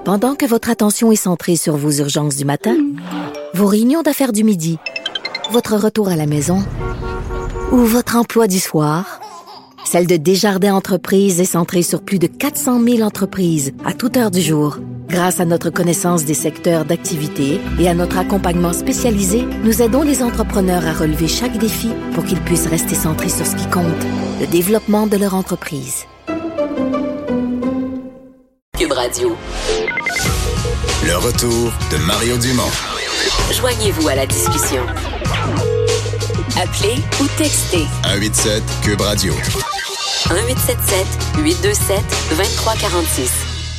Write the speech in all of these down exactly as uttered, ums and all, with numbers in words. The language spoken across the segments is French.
Pendant que votre attention est centrée sur vos urgences du matin, vos réunions d'affaires du midi, votre retour à la maison ou votre emploi du soir, celle de Desjardins Entreprises est centrée sur plus de quatre cent mille entreprises à toute heure du jour. Grâce à notre connaissance des secteurs d'activité et à notre accompagnement spécialisé, nous aidons les entrepreneurs à relever chaque défi pour qu'ils puissent rester centrés sur ce qui compte, le développement de leur entreprise. Cube Radio. Le retour de Mario Dumont. Joignez-vous à la discussion. Appelez ou textez. un huit sept Cube Radio. un huit sept sept huit deux sept deux trois quatre six.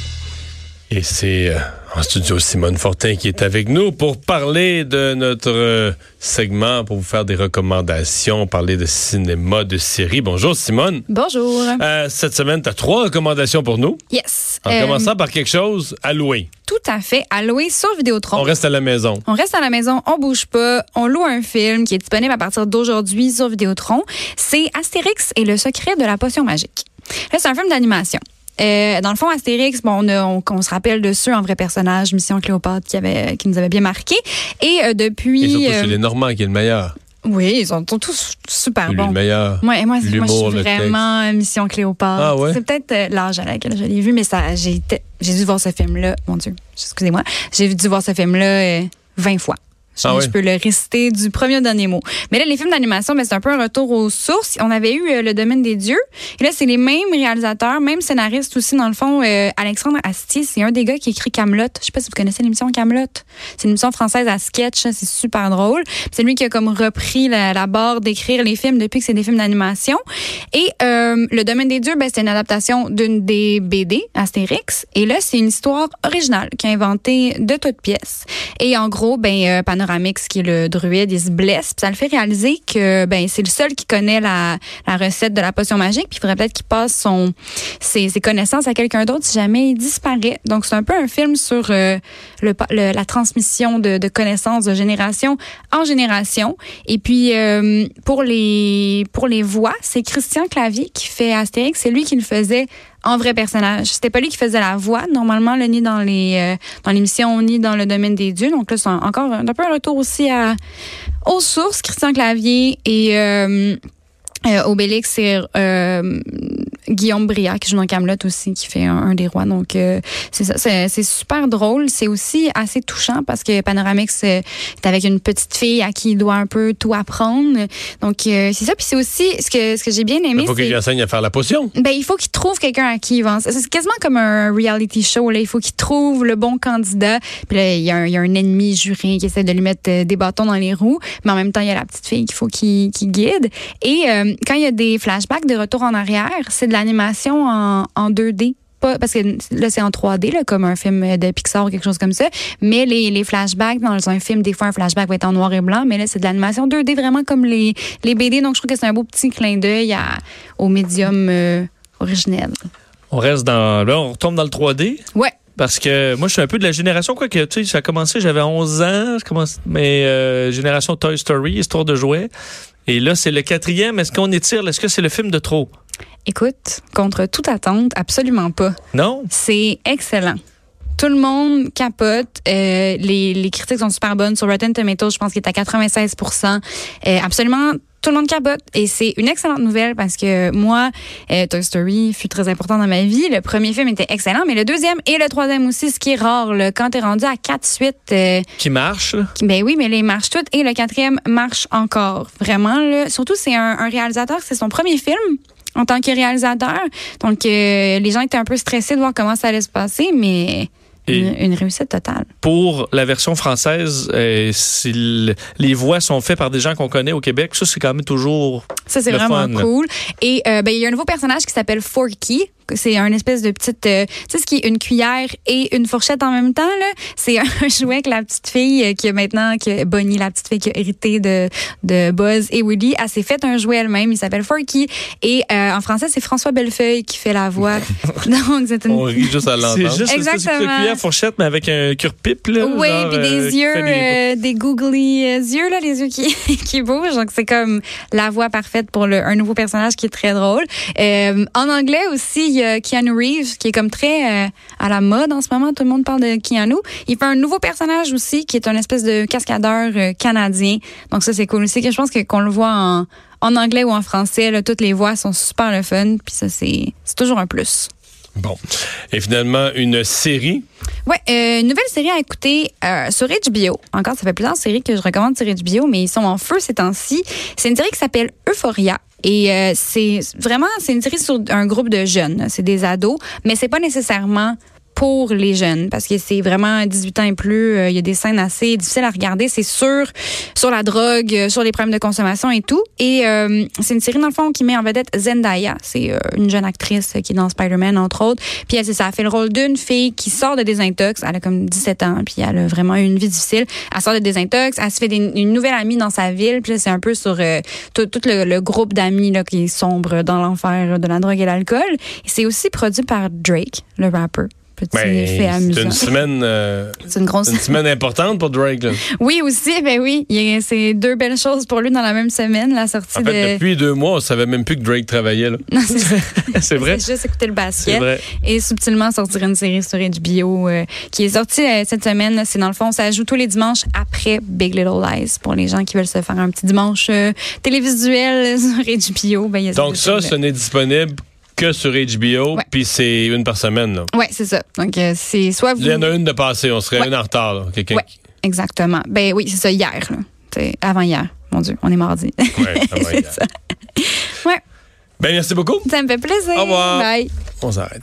Et c'est euh, en studio Simone Fortin qui est avec nous pour parler de notre euh, segment, pour vous faire des recommandations, parler de cinéma, de séries. Bonjour Simone. Bonjour. Euh, cette semaine, tu as trois recommandations pour nous. Yes. En euh, commençant par quelque chose à louer. Tout à fait, à louer sur Vidéotron. On reste à la maison. On reste à la maison, on bouge pas, on loue un film qui est disponible à partir d'aujourd'hui sur Vidéotron. C'est Astérix et le secret de la potion magique. Là, c'est un film d'animation. Euh, dans le fond, Astérix, bon, on, a, on, on se rappelle de ceux en vrai personnage, Mission Cléopâtre, qui, avait, qui nous avait bien marqué. Et euh, depuis... Et surtout, euh, c'est les Normands qui est le meilleur. Oui, ils sont, sont tous super Lui, bons. le meilleur. Ouais, moi, moi, L'humour, je suis le vraiment texte. Mission Cléopâtre. Ah ouais? C'est peut-être euh, l'âge à laquelle je l'ai vu, mais ça, j'ai, j'ai dû voir ce film-là. Mon Dieu, excusez-moi. J'ai dû voir ce film-là euh, vingt fois. Je, ah ouais? je peux le réciter du premier au dernier mot. Mais là, les films d'animation, ben, c'est un peu un retour aux sources. On avait eu euh, Le Domaine des dieux. Et là, c'est les mêmes réalisateurs, mêmes scénaristes aussi, dans le fond. Euh, Alexandre Astier, c'est un des gars qui écrit Camelot. Je sais pas si vous connaissez l'émission Camelot. C'est une émission française à sketch. C'est super drôle. Puis c'est lui qui a comme repris la, la barre d'écrire les films depuis que c'est des films d'animation. Et euh, Le Domaine des dieux, ben, c'est une adaptation d'une des B D, Astérix. Et là, c'est une histoire originale qui a inventé de toutes pièces. Et en gros, ben, euh, Panoramix, qui est le druide, il se blesse. Puis ça le fait réaliser que ben c'est le seul qui connaît la, la recette de la potion magique. Puis il faudrait peut-être qu'il passe son ses, ses connaissances à quelqu'un d'autre si jamais il disparaît. Donc c'est un peu un film sur euh, le, le, la transmission de, de connaissances de génération en génération. Et puis euh, pour les pour les voix, c'est Christian Clavier qui fait Astérix. C'est lui qui le faisait en vrai personnage. C'était pas lui qui faisait la voix, normalement, là, ni dans les euh, dans l'émission, ni dans Le Domaine des dieux. Donc là, c'est un, encore un, un peu un retour aussi à, aux sources. Christian Clavier et euh, euh, Obélix, c'est euh, Guillaume Briard qui joue dans Camelot aussi, qui fait un, un des rois. Donc euh, c'est ça, c'est, c'est super drôle. C'est aussi assez touchant parce que Panoramix euh, est avec une petite fille à qui il doit un peu tout apprendre. Donc euh, c'est ça. Puis c'est aussi ce que ce que j'ai bien aimé. Il faut c'est, qu'il lui enseigne à faire la potion. Ben il faut qu'il trouve quelqu'un à qui il va. C'est quasiment comme un reality show. Là, il faut qu'il trouve le bon candidat. Puis là, il y a un, il y a un ennemi juré qui essaie de lui mettre des bâtons dans les roues, mais en même temps il y a la petite fille qu'il faut qu'il, qu'il guide. Et euh, quand il y a des flashbacks de retour en arrière, c'est de l'animation en, en deux D. Pas, parce que là, c'est en trois D, là, comme un film de Pixar ou quelque chose comme ça. Mais les, les flashbacks, dans un film, des fois, un flashback va être en noir et blanc. Mais là, c'est de l'animation deux D, vraiment comme les, les B D. Donc, je trouve que c'est un beau petit clin d'œil à, au médium euh, originel. On reste dans... Là, on retombe dans le trois D. Ouais. Parce que moi, je suis un peu de la génération, quoi que, tu sais, ça a commencé, j'avais onze ans, commencé, mais euh, génération Toy Story, histoire de jouets. Et là, c'est le quatrième. Est-ce qu'on étire? Est-ce que c'est le film de trop? Écoute, contre toute attente, absolument pas. Non? C'est excellent. Tout le monde capote. Euh, les, les critiques sont super bonnes. Sur Rotten Tomatoes, je pense qu'il est à quatre-vingt-seize pour cent. Euh, absolument, tout le monde capote. Et c'est une excellente nouvelle parce que moi, euh, Toy Story fut très important dans ma vie. Le premier film était excellent, mais le deuxième et le troisième aussi, ce qui est rare. Là, quand t'es rendu à quatre suites... Euh, qui marche, là. Qui, ben oui, mais là, ils marchent toutes. Et le quatrième marche encore. Vraiment, là. Surtout, c'est un, un réalisateur, c'est son premier film en tant que réalisateur. Donc, euh, les gens étaient un peu stressés de voir comment ça allait se passer, mais... Une, une réussite totale. Pour la version française, euh, si le, les voix sont faites par des gens qu'on connaît au Québec, ça, c'est quand même toujours Ça, c'est le vraiment fun, cool. Et euh, ben, il y a un nouveau personnage qui s'appelle Forky. C'est un espèce de petite... Euh, tu sais, ce qui est une cuillère et une fourchette en même temps, là. C'est un jouet que la petite fille euh, qui a maintenant... Que Bonnie, la petite fille qui a hérité de, de Buzz et Woody, elle s'est fait un jouet elle-même. Il s'appelle Forky. Et euh, en français, c'est François Bellefeuille qui fait la voix. Donc, c'est une... On rit juste à l'entendre. C'est juste Exactement. une cuillère fourchette, mais avec un cure-pipe, là. Oui, genre, puis des euh, yeux, qui fait euh, des googly euh, yeux, là, les yeux qui, qui bougent. Donc, c'est comme la voix parfaite pour le, un nouveau personnage qui est très drôle. Euh, en anglais aussi, il il y a Keanu Reeves, qui est comme très euh, à la mode en ce moment. Tout le monde parle de Keanu. Il fait un nouveau personnage aussi, qui est une espèce de cascadeur euh, canadien. Donc ça, c'est cool aussi. Que je pense que qu'on le voit en, en anglais ou en français, là, toutes les voix sont super le fun. Puis ça, c'est, c'est toujours un plus. Bon. Et finalement, une série. Ouais, euh, une nouvelle série à écouter euh, sur H B O. Encore, ça fait plusieurs séries que je recommande sur H B O, mais ils sont en feu ces temps-ci. C'est une série qui s'appelle Euphoria. Et euh, c'est vraiment, c'est une série sur un groupe de jeunes. C'est des ados, mais c'est pas nécessairement pour les jeunes, parce que c'est vraiment dix-huit ans et plus. Il euh, y a des scènes assez difficiles à regarder. C'est sûr, sur la drogue, euh, sur les problèmes de consommation et tout. Et euh, c'est une série, dans le fond, qui met en vedette Zendaya. C'est euh, une jeune actrice qui est dans Spider-Man, entre autres. Puis elle, c'est ça, elle fait le rôle d'une fille qui sort de désintox. Elle a comme dix-sept ans, puis elle a vraiment eu une vie difficile. Elle sort de désintox, elle se fait des, une nouvelle amie dans sa ville. Puis là, c'est un peu sur euh, tout, tout le, le groupe d'amis là, qui sombre dans l'enfer de la drogue et l'alcool. Et c'est aussi produit par Drake, le rappeur. Petit ben, fait amusant. C'est une semaine, euh, c'est une grosse une semaine importante pour Drake. Là. Oui, aussi, ben oui. Il y a, c'est deux belles choses pour lui dans la même semaine, la sortie en fait, de... depuis deux mois, on savait même plus que Drake travaillait. Là. Non, c'est, c'est vrai. C'est juste écouter le basket. C'est vrai. Et subtilement sortir une série sur H B O euh, qui est sortie euh, cette semaine. Là, c'est dans le fond, ça joue tous les dimanches après Big Little Lies. Pour les gens qui veulent se faire un petit dimanche euh, télévisuel sur H B O. Ben, il y a Donc ça, ce n'est disponible que sur H B O, ouais. Puis c'est une par semaine. Là. Oui, c'est ça. Donc, euh, c'est soit vous... Il y en a une de passée, on serait ouais. une en retard. Là. Quelqu'un... Oui, exactement. Ben oui, c'est ça, hier. Là. C'est avant hier. Mon Dieu, on est mardi. Oui, avant hier. C'est ça. Ouais. Ben merci beaucoup. Ça me fait plaisir. Au revoir. Bye. On s'arrête.